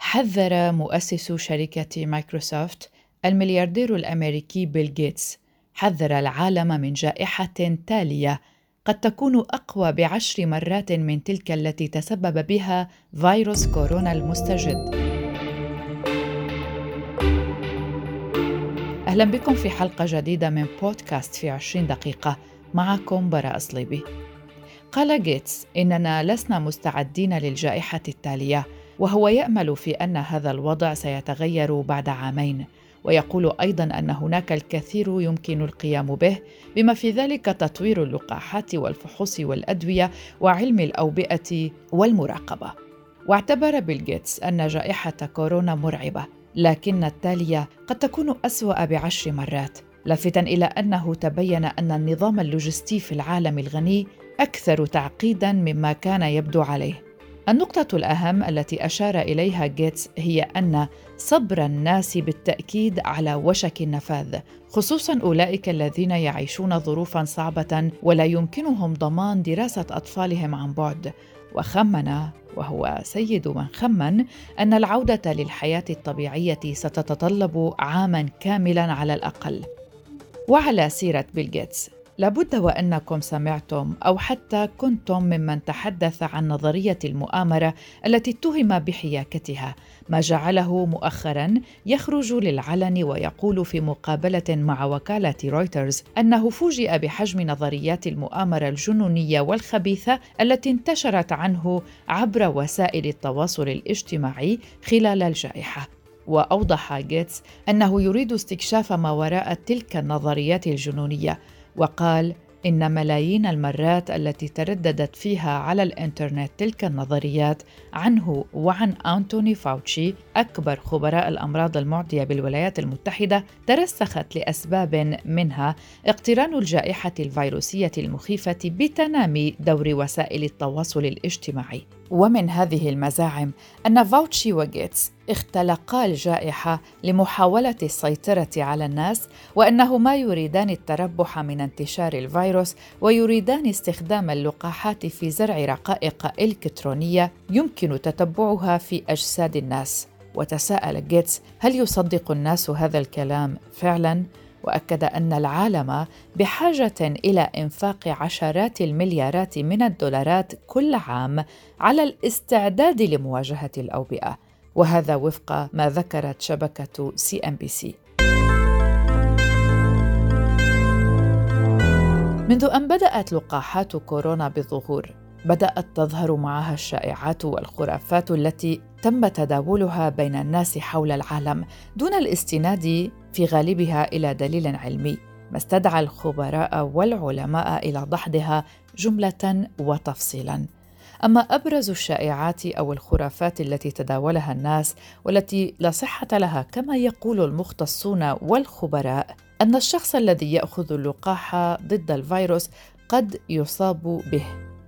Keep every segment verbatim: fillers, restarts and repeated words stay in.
حذر مؤسس شركة مايكروسوفت الملياردير الأمريكي بيل غيتس حذر العالم من جائحة تالية قد تكون أقوى بعشر مرات من تلك التي تسبب بها فيروس كورونا المستجد. أهلا بكم في حلقة جديدة من بودكاست في عشرين دقيقة، معكم براء صليبي. قال غيتس إننا لسنا مستعدين للجائحة التالية، وهو يأمل في أن هذا الوضع سيتغير بعد عامين، ويقول أيضاً أن هناك الكثير يمكن القيام به، بما في ذلك تطوير اللقاحات والفحوص والأدوية وعلم الأوبئة والمراقبة. واعتبر بيل غيتس أن جائحة كورونا مرعبة، لكن التالية قد تكون أسوأ بعشر مرات، لافتاً إلى أنه تبين أن النظام اللوجستي في العالم الغني أكثر تعقيداً مما كان يبدو عليه. النقطة الأهم التي أشار إليها غيتس هي أن صبر الناس بالتأكيد على وشك النفاذ، خصوصاً أولئك الذين يعيشون ظروفاً صعبة ولا يمكنهم ضمان دراسة أطفالهم عن بعد. وخمن، وهو سيد من خمن، أن العودة للحياة الطبيعية ستتطلب عاماً كاملاً على الأقل. وعلى سيرة بيل غيتس، لابد وأنكم سمعتم أو حتى كنتم ممن تحدث عن نظرية المؤامرة التي اتهم بحياكتها، ما جعله مؤخراً يخرج للعلن ويقول في مقابلة مع وكالة رويترز أنه فوجئ بحجم نظريات المؤامرة الجنونية والخبيثة التي انتشرت عنه عبر وسائل التواصل الاجتماعي خلال الجائحة. وأوضح غيتس أنه يريد استكشاف ما وراء تلك النظريات الجنونية، وقال إن ملايين المرات التي ترددت فيها على الإنترنت تلك النظريات عنه وعن أنتوني فاوتشي أكبر خبراء الأمراض المعدية بالولايات المتحدة ترسخت لأسباب منها اقتران الجائحة الفيروسية المخيفة بتنامي دور وسائل التواصل الاجتماعي. ومن هذه المزاعم أن فاوتشي وغيتس اختلقا الجائحة لمحاولة السيطرة على الناس، وأنهما يريدان التربح من انتشار الفيروس ويريدان استخدام اللقاحات في زرع رقائق إلكترونية يمكن تتبعها في أجساد الناس. وتساءل غيتس: هل يصدق الناس هذا الكلام فعلاً؟ وأكد أن العالم بحاجة إلى إنفاق عشرات المليارات من الدولارات كل عام على الاستعداد لمواجهة الأوبئة، وهذا وفق ما ذكرت شبكة سي إم بي سي. منذ أن بدأت لقاحات كورونا بالظهور، بدأت تظهر معها الشائعات والخرافات التي تم تداولها بين الناس حول العالم دون الاستناد في غالبها إلى دليل علمي، ما استدعى الخبراء والعلماء إلى دحضها جملة وتفصيلاً. أما أبرز الشائعات أو الخرافات التي تداولها الناس والتي لا صحة لها كما يقول المختصون والخبراء، أن الشخص الذي يأخذ اللقاح ضد الفيروس قد يصاب به.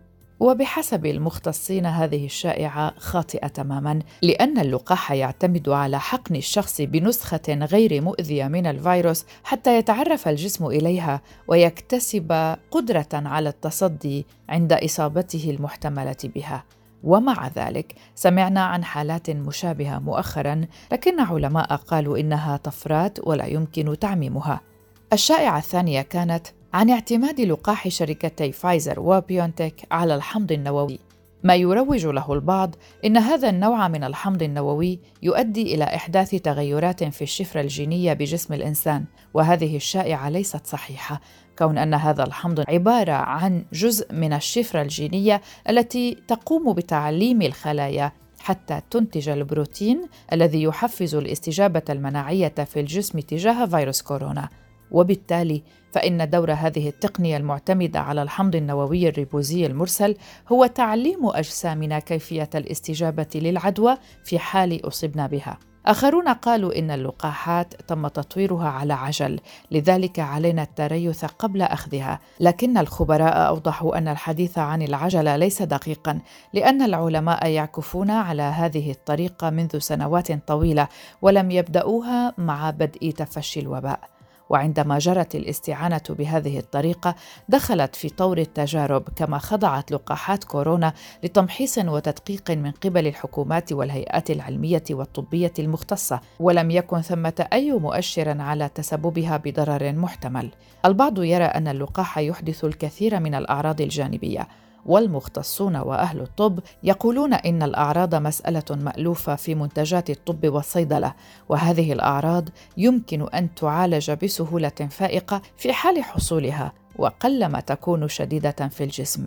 وبحسب المختصين هذه الشائعة خاطئة تماماً، لأن اللقاح يعتمد على حقن الشخص بنسخة غير مؤذية من الفيروس حتى يتعرف الجسم إليها ويكتسب قدرة على التصدي عند إصابته المحتملة بها. ومع ذلك سمعنا عن حالات مشابهة مؤخراً، لكن علماء قالوا إنها طفرات ولا يمكن تعميمها. الشائعة الثانية كانت عن اعتماد لقاح شركتي فايزر وبيونتك على الحمض النووي، ما يروج له البعض إن هذا النوع من الحمض النووي يؤدي إلى إحداث تغيرات في الشفرة الجينية بجسم الإنسان، وهذه الشائعة ليست صحيحة، كون أن هذا الحمض عبارة عن جزء من الشفرة الجينية التي تقوم بتعليم الخلايا حتى تنتج البروتين الذي يحفز الاستجابة المناعية في الجسم تجاه فيروس كورونا. وبالتالي فإن دور هذه التقنية المعتمدة على الحمض النووي الريبوزي المرسل هو تعليم أجسامنا كيفية الاستجابة للعدوى في حال أصبنا بها. آخرون قالوا إن اللقاحات تم تطويرها على عجل، لذلك علينا التريث قبل أخذها، لكن الخبراء أوضحوا أن الحديث عن العجلة ليس دقيقاً، لأن العلماء يعكفون على هذه الطريقة منذ سنوات طويلة ولم يبدأوها مع بدء تفشي الوباء. وعندما جرت الاستعانة بهذه الطريقة دخلت في طور التجارب، كما خضعت لقاحات كورونا لتمحيص وتدقيق من قبل الحكومات والهيئات العلمية والطبية المختصة، ولم يكن ثمة أي مؤشر على تسببها بضرر محتمل. البعض يرى أن اللقاح يحدث الكثير من الأعراض الجانبية، والمختصون وأهل الطب يقولون إن الأعراض مسألة مألوفة في منتجات الطب والصيدلة، وهذه الأعراض يمكن أن تعالج بسهولة فائقة في حال حصولها، وقلما تكون شديدة في الجسم.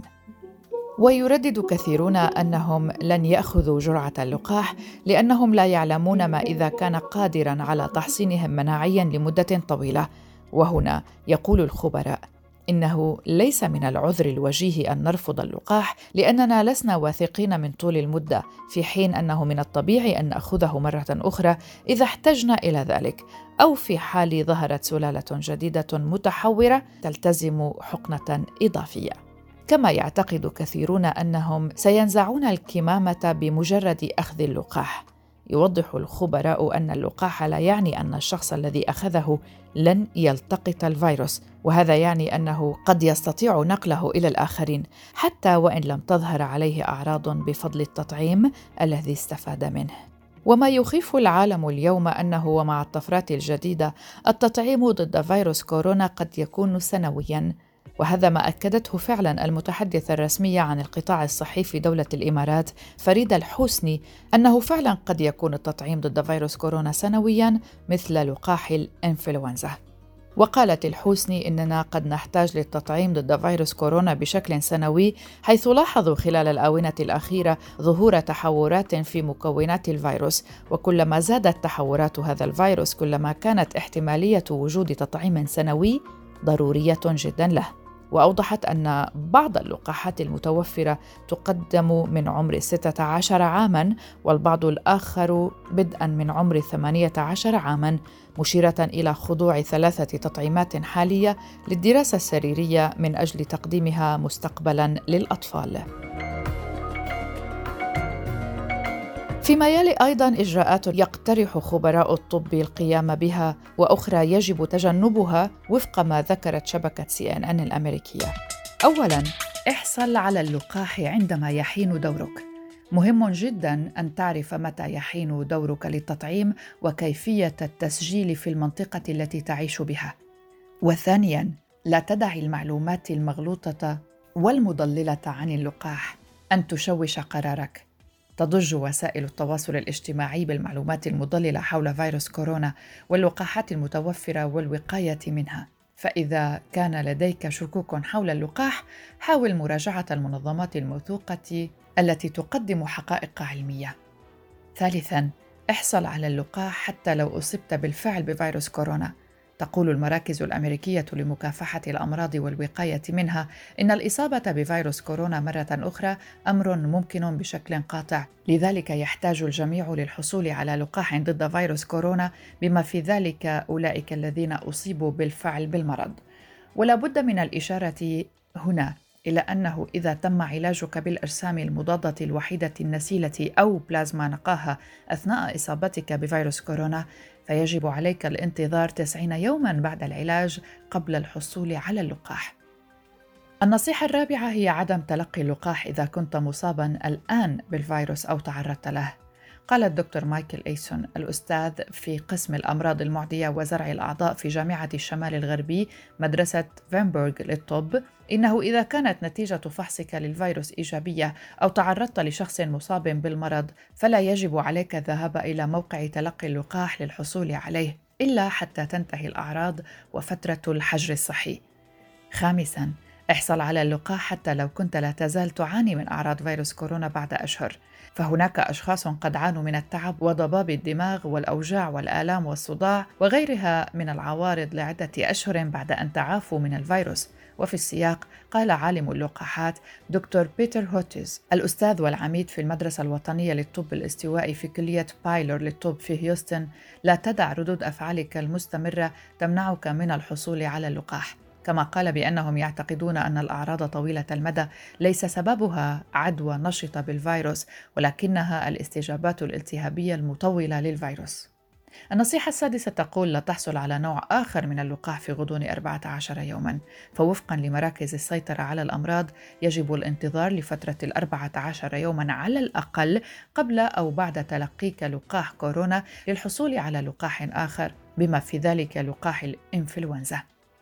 ويردد كثيرون أنهم لن يأخذوا جرعة اللقاح لأنهم لا يعلمون ما إذا كان قادراً على تحصينهم مناعياً لمدة طويلة. وهنا يقول الخبراء إنه ليس من العذر الوجيه أن نرفض اللقاح لأننا لسنا واثقين من طول المدة، في حين أنه من الطبيعي أن نأخذه مرة أخرى إذا احتجنا إلى ذلك، أو في حال ظهرت سلالة جديدة متحورة تلتزم حقنة إضافية. كما يعتقد كثيرون أنهم سينزعون الكمامة بمجرد أخذ اللقاح. يوضح الخبراء أن اللقاح لا يعني أن الشخص الذي أخذه لن يلتقط الفيروس، وهذا يعني أنه قد يستطيع نقله إلى الآخرين حتى وإن لم تظهر عليه أعراض بفضل التطعيم الذي استفاد منه. وما يخيف العالم اليوم أنه ومع الطفرات الجديدة التطعيم ضد فيروس كورونا قد يكون سنوياً، وهذا ما أكدته فعلا المتحدثة الرسمية عن القطاع الصحي في دولة الإمارات فريدة الحوسني، أنه فعلا قد يكون التطعيم ضد فيروس كورونا سنويا مثل لقاح الإنفلونزا. وقالت الحوسني إننا قد نحتاج للتطعيم ضد فيروس كورونا بشكل سنوي، حيث لاحظوا خلال الآونة الأخيرة ظهور تحورات في مكونات الفيروس، وكلما زادت تحورات هذا الفيروس كلما كانت احتمالية وجود تطعيم سنوي ضرورية جدا له. وأوضحت أن بعض اللقاحات المتوفرة تقدم من عمر ستة عشر عاماً، والبعض الآخر بدءاً من عمر ثمانية عشر عاماً، مشيرة إلى خضوع ثلاثة تطعيمات حالية للدراسة السريرية من أجل تقديمها مستقبلاً للأطفال. فيما يلي أيضاً إجراءات يقترح خبراء الطب القيام بها وأخرى يجب تجنبها وفق ما ذكرت شبكة سي إن إن الأمريكية. أولاً، احصل على اللقاح عندما يحين دورك. مهم جداً أن تعرف متى يحين دورك للتطعيم وكيفية التسجيل في المنطقة التي تعيش بها. وثانياً، لا تدع المعلومات المغلوطة والمضللة عن اللقاح أن تشوش قرارك. تضج وسائل التواصل الاجتماعي بالمعلومات المضللة حول فيروس كورونا واللقاحات المتوفرة والوقاية منها، فإذا كان لديك شكوك حول اللقاح حاول مراجعة المنظمات الموثوقة التي تقدم حقائق علمية. ثالثاً، احصل على اللقاح حتى لو أصبت بالفعل بفيروس كورونا. تقول المراكز الأمريكية لمكافحة الأمراض والوقاية منها إن الإصابة بفيروس كورونا مرة أخرى أمر ممكن بشكل قاطع، لذلك يحتاج الجميع للحصول على لقاح ضد فيروس كورونا، بما في ذلك أولئك الذين أصيبوا بالفعل بالمرض. ولا بد من الإشارة هنا إلى أنه إذا تم علاجك بالأجسام المضادة الوحيدة النسيلة أو بلازما نقاها أثناء إصابتك بفيروس كورونا، فيجب عليك الانتظار تسعين يوماً بعد العلاج قبل الحصول على اللقاح. النصيحة الرابعة هي عدم تلقي اللقاح إذا كنت مصاباً الآن بالفيروس أو تعرضت له. قال الدكتور مايكل أيسون الأستاذ في قسم الأمراض المعدية وزرع الأعضاء في جامعة الشمال الغربي مدرسة فينبورغ للطب إنه إذا كانت نتيجة فحصك للفيروس إيجابية أو تعرضت لشخص مصاب بالمرض فلا يجب عليك الذهاب إلى موقع تلقي اللقاح للحصول عليه إلا حتى تنتهي الأعراض وفترة الحجر الصحي. خامساً، احصل على اللقاح حتى لو كنت لا تزال تعاني من أعراض فيروس كورونا بعد أشهر، فهناك أشخاص قد عانوا من التعب وضباب الدماغ والأوجاع والآلام والصداع وغيرها من العوارض لعدة أشهر بعد أن تعافوا من الفيروس. وفي السياق قال عالم اللقاحات دكتور بيتر هوتيز الأستاذ والعميد في المدرسة الوطنية للطب الاستوائي في كلية بايلور للطب في هيوستن: لا تدع ردود أفعالك المستمرة تمنعك من الحصول على اللقاح. كما قال بأنهم يعتقدون أن الأعراض طويلة المدى ليس سببها عدوى نشطة بالفيروس، ولكنها الاستجابات الالتهابية المطولة للفيروس. النصيحة السادسة تقول لا تحصل على نوع آخر من اللقاح في غضون أربعة عشر يوماً، فوفقاً لمراكز السيطرة على الأمراض يجب الانتظار لفترة الأربعة عشر يوماً على الأقل قبل أو بعد تلقيك لقاح كورونا للحصول على لقاح آخر، بما في ذلك لقاح الإنفلونزا.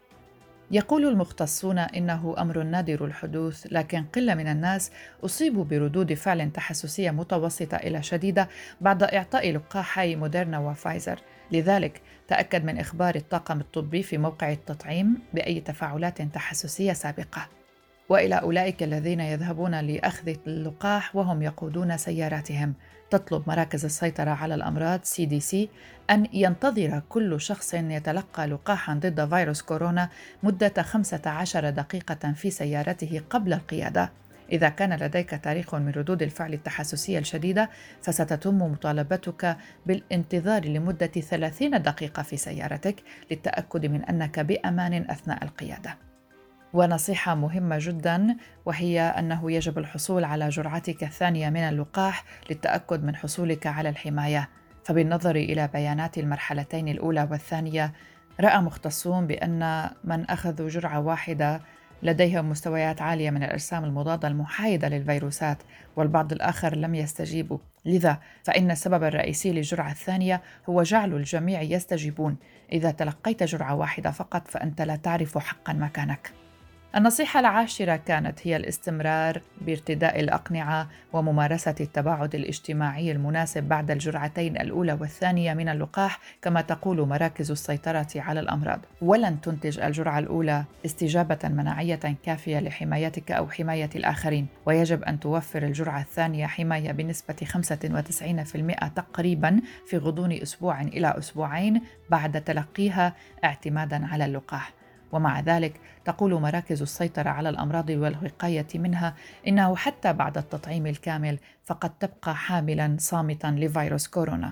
يقول المختصون إنه أمر نادر الحدوث، لكن قلة من الناس أصيبوا بردود فعل تحسسية متوسطة إلى شديدة بعد إعطاء لقاحي موديرنا وفايزر. لذلك تأكد من إخبار الطاقم الطبي في موقع التطعيم بأي تفاعلات تحسسية سابقة. وإلى أولئك الذين يذهبون لأخذ اللقاح وهم يقودون سياراتهم، تطلب مراكز السيطرة على الأمراض سي دي سي أن ينتظر كل شخص يتلقى لقاحاً ضد فيروس كورونا مدة خمسة عشر دقيقة في سيارته قبل القيادة. إذا كان لديك تاريخ من ردود الفعل التحسسية الشديدة، فستتم مطالبتك بالانتظار لمدة ثلاثين دقيقة في سيارتك للتأكد من أنك بأمان أثناء القيادة. ونصيحة مهمة جداً، وهي أنه يجب الحصول على جرعتك الثانية من اللقاح للتأكد من حصولك على الحماية. فبالنظر إلى بيانات المرحلتين الأولى والثانية، رأى مختصون بأن من أخذوا جرعة واحدة لديهم مستويات عالية من الأجسام المضادة المحايدة للفيروسات، والبعض الآخر لم يستجيبوا. لذا فإن السبب الرئيسي للجرعة الثانية هو جعل الجميع يستجيبون. إذا تلقيت جرعة واحدة فقط فأنت لا تعرف حقاً مكانك. النصيحة العاشرة كانت هي الاستمرار بارتداء الأقنعة وممارسة التباعد الاجتماعي المناسب بعد الجرعتين الأولى والثانية من اللقاح، كما تقول مراكز السيطرة على الأمراض. ولن تنتج الجرعة الأولى استجابة مناعية كافية لحمايتك أو حماية الآخرين، ويجب أن توفر الجرعة الثانية حماية بنسبة خمسة وتسعين بالمئة تقريبا في غضون أسبوع إلى أسبوعين بعد تلقيها، اعتمادا على اللقاح. ومع ذلك تقول مراكز السيطرة على الأمراض والوقاية منها إنه حتى بعد التطعيم الكامل فقد تبقى حاملاً صامتاً لفيروس كورونا.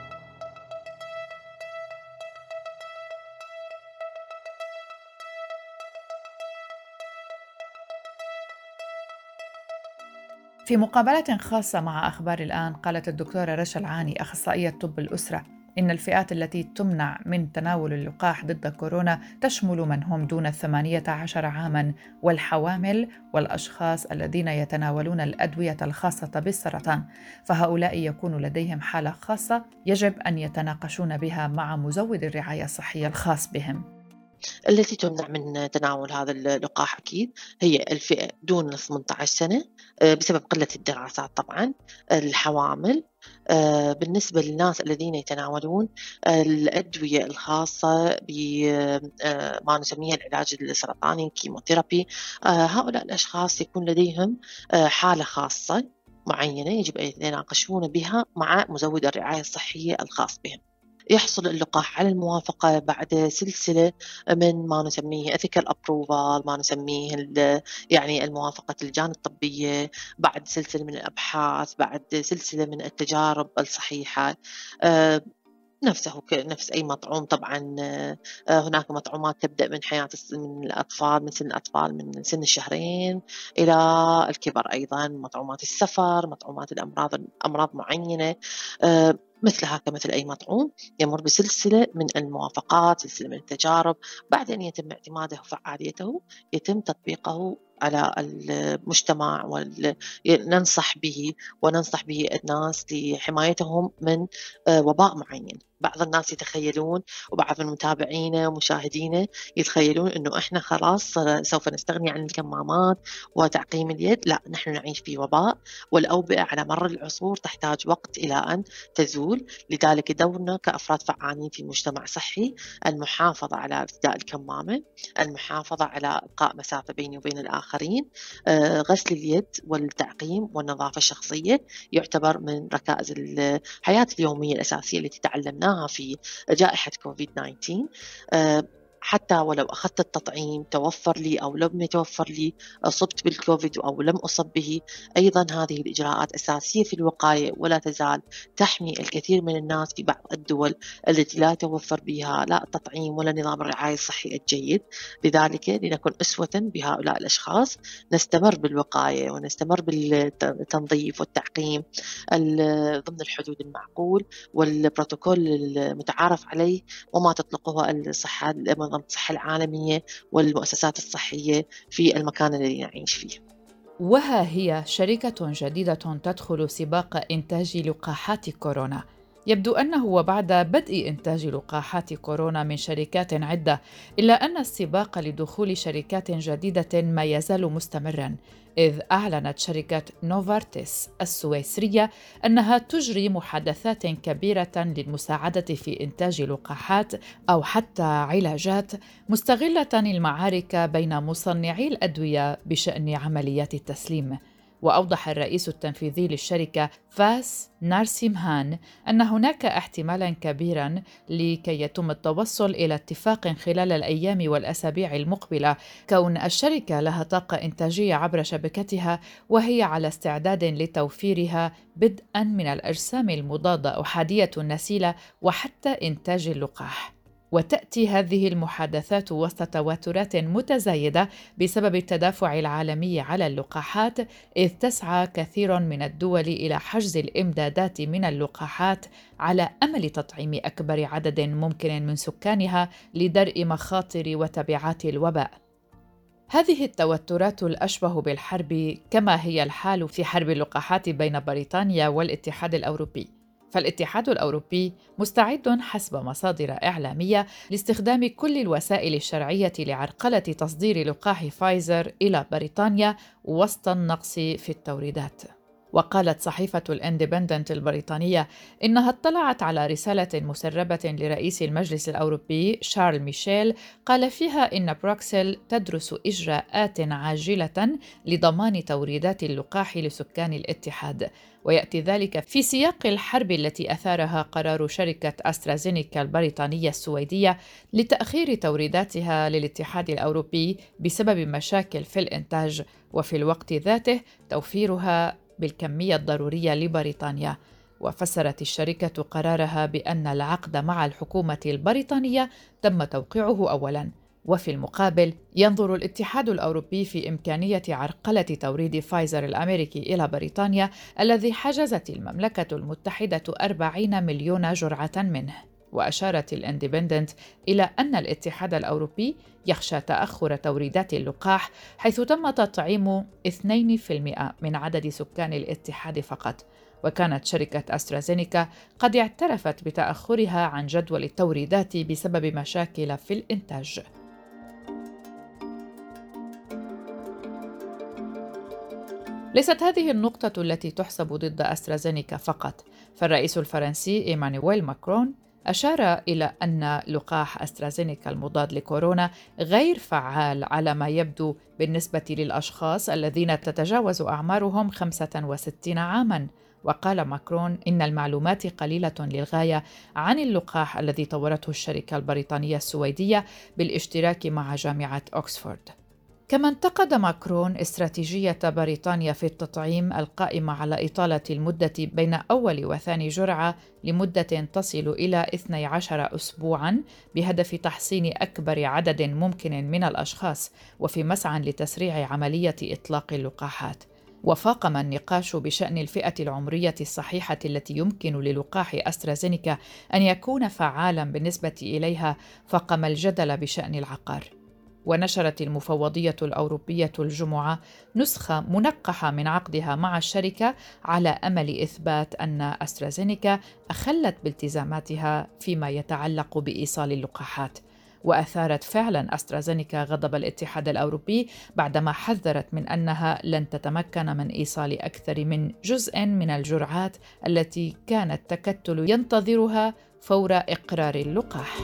في مقابلة خاصة مع أخبار الآن، قالت الدكتورة رشا العاني أخصائية طب الأسرة إن الفئات التي تمنع من تناول اللقاح ضد كورونا تشمل من هم دون الثمانية عشر عاماً، والحوامل، والأشخاص الذين يتناولون الأدوية الخاصة بالسرطان، فهؤلاء يكون لديهم حالة خاصة يجب أن يتناقشون بها مع مزود الرعاية الصحية الخاص بهم. التي تمنع من تناول هذا اللقاح أكيد هي الفئة دون ثمانية عشر سنة آه، بسبب قلة الدراسات طبعا، الحوامل، آه، بالنسبة للناس الذين يتناولون الأدوية الخاصة بما نسميه العلاج السرطاني كيموثيرابي، آه، هؤلاء الأشخاص يكون لديهم آه، حالة خاصة معينة يجب أن يتناقشون بها مع مزود الرعاية الصحية الخاص بهم. يحصل اللقاح على الموافقة بعد سلسلة من ما نسميه ethical approval، ما نسميه يعني الموافقة اللجان الطبية، بعد سلسلة من الأبحاث، بعد سلسلة من التجارب الصحيحة. أه نفسه كنفس أي مطعوم طبعا. هناك مطعومات تبدأ من حياة من الأطفال، من سن الأطفال من سن الشهرين إلى الكبر، أيضا مطعومات السفر، مطعومات الأمراض أمراض معينة مثلها كمثل أي مطعوم يمر بسلسلة من الموافقات، سلسلة من التجارب، بعد أن يتم اعتماده وفعاليته يتم تطبيقه على المجتمع، وننصح به وننصح به الناس لحمايتهم من وباء معين. بعض الناس يتخيلون وبعض المتابعين ومشاهدين يتخيلون أنه إحنا خلاص سوف نستغني عن الكمامات وتعقيم اليد. لا، نحن نعيش في وباء، والأوبئة على مر العصور تحتاج وقت إلى أن تزول. لذلك دورنا كأفراد فعالين في مجتمع صحي المحافظة على ارتداء الكمامة، المحافظة على إبقاء مسافة بيني وبين الآخرين، غسل اليد والتعقيم والنظافة الشخصية يعتبر من ركائز الحياة اليومية الأساسية التي تعلمناها في جائحة كوفيد تسعة عشر. حتى ولو أخذت التطعيم توفر لي أو لم يتوفر لي أصبت بالكوفيد أو لم أصب به، أيضا هذه الإجراءات أساسية في الوقاية ولا تزال تحمي الكثير من الناس في بعض الدول التي لا يتوفر بها لا التطعيم ولا نظام الرعاية الصحي الجيد. لذلك لنكن أسوة بهؤلاء الأشخاص، نستمر بالوقاية ونستمر بالتنظيف والتعقيم ضمن الحدود المعقول والبروتوكول المتعارف عليه وما تطلقه الصحة منظمة الصحة العالمية والمؤسسات الصحية في المكان الذي نعيش فيه. وها هي شركة جديدة تدخل سباق إنتاج لقاحات كورونا. يبدو أنه وبعد بدء إنتاج لقاحات كورونا من شركات عدة، إلا أن السباق لدخول شركات جديدة ما يزال مستمراً، إذ أعلنت شركة نوفارتيس السويسرية أنها تجري محادثات كبيرة للمساعدة في إنتاج لقاحات أو حتى علاجات، مستغلة المعارك بين مصنعي الأدوية بشأن عمليات التسليم. وأوضح الرئيس التنفيذي للشركة فاس نارسيمهان أن هناك احتمالاً كبيراً لكي يتم التوصل إلى اتفاق خلال الأيام والأسابيع المقبلة، كون الشركة لها طاقة إنتاجية عبر شبكتها وهي على استعداد لتوفيرها بدءاً من الأجسام المضادة أحادية النسيلة وحتى إنتاج اللقاح. وتأتي هذه المحادثات وسط توترات متزايدة بسبب التدافع العالمي على اللقاحات، إذ تسعى كثير من الدول إلى حجز الإمدادات من اللقاحات على أمل تطعيم أكبر عدد ممكن من سكانها لدرء مخاطر وتبعات الوباء. هذه التوترات الأشبه بالحرب كما هي الحال في حرب اللقاحات بين بريطانيا والاتحاد الأوروبي. فالاتحاد الأوروبي مستعد حسب مصادر إعلامية لاستخدام كل الوسائل الشرعية لعرقلة تصدير لقاح فايزر إلى بريطانيا وسط النقص في التوريدات. وقالت صحيفة الإندبندنت البريطانية إنها اطلعت على رسالة مسربة لرئيس المجلس الأوروبي شارل ميشيل قال فيها إن بروكسل تدرس إجراءات عاجلة لضمان توريدات اللقاح لسكان الاتحاد، ويأتي ذلك في سياق الحرب التي أثارها قرار شركة أسترازينيكا البريطانية السويدية لتأخير توريداتها للاتحاد الأوروبي بسبب مشاكل في الإنتاج، وفي الوقت ذاته توفيرها بالكمية الضرورية لبريطانيا. وفسرت الشركة قرارها بأن العقد مع الحكومة البريطانية تم توقيعه أولاً، وفي المقابل ينظر الاتحاد الأوروبي في إمكانية عرقلة توريد فايزر الأمريكي إلى بريطانيا الذي حجزت المملكة المتحدة أربعين مليون جرعة منه. وأشارت الإندبندنت إلى أن الاتحاد الأوروبي يخشى تأخر توريدات اللقاح، حيث تم تطعيم اثنين بالمئة من عدد سكان الاتحاد فقط، وكانت شركة أسترازينيكا قد اعترفت بتأخرها عن جدول التوريدات بسبب مشاكل في الإنتاج. ليست هذه النقطة التي تحسب ضد أسترازينيكا فقط، فالرئيس الفرنسي إيمانويل ماكرون أشار إلى أن لقاح أسترازينيكا المضاد لكورونا غير فعال على ما يبدو بالنسبة للأشخاص الذين تتجاوز أعمارهم خمسة وستين عاماً. وقال ماكرون إن المعلومات قليلة للغاية عن اللقاح الذي طورته الشركة البريطانية السويدية بالاشتراك مع جامعة أكسفورد. كما انتقد ماكرون استراتيجية بريطانيا في التطعيم القائمة على إطالة المدة بين أول وثاني جرعة لمدة تصل إلى اثني عشر أسبوعاً بهدف تحصين أكبر عدد ممكن من الأشخاص، وفي مسعى لتسريع عملية إطلاق اللقاحات. وفاقم النقاش بشأن الفئة العمرية الصحيحة التي يمكن للقاح أسترازينيكا أن يكون فعالاً بالنسبة إليها، فاقم الجدل بشأن العقار. ونشرت المفوضية الأوروبية الجمعة نسخة منقحة من عقدها مع الشركة على أمل إثبات أن أسترازينيكا أخلت بالتزاماتها فيما يتعلق بإيصال اللقاحات. وأثارت فعلا أسترازينيكا غضب الاتحاد الأوروبي بعدما حذرت من أنها لن تتمكن من إيصال أكثر من جزء من الجرعات التي كان التكتل ينتظرها فور إقرار اللقاح.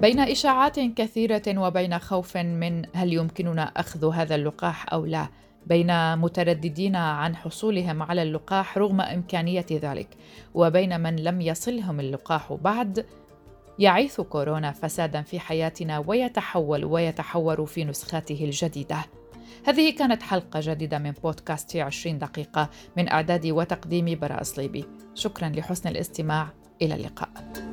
بين إشاعات كثيرة وبين خوف من هل يمكننا أخذ هذا اللقاح أو لا، بين مترددين عن حصولهم على اللقاح رغم إمكانية ذلك، وبين من لم يصلهم اللقاح بعد، يعيث كورونا فساداً في حياتنا ويتحول ويتحور في نسخاته الجديدة. هذه كانت حلقة جديدة من بودكاست في عشرين دقيقة من إعدادي وتقديمي براء صليبي. شكراً لحسن الاستماع، إلى اللقاء.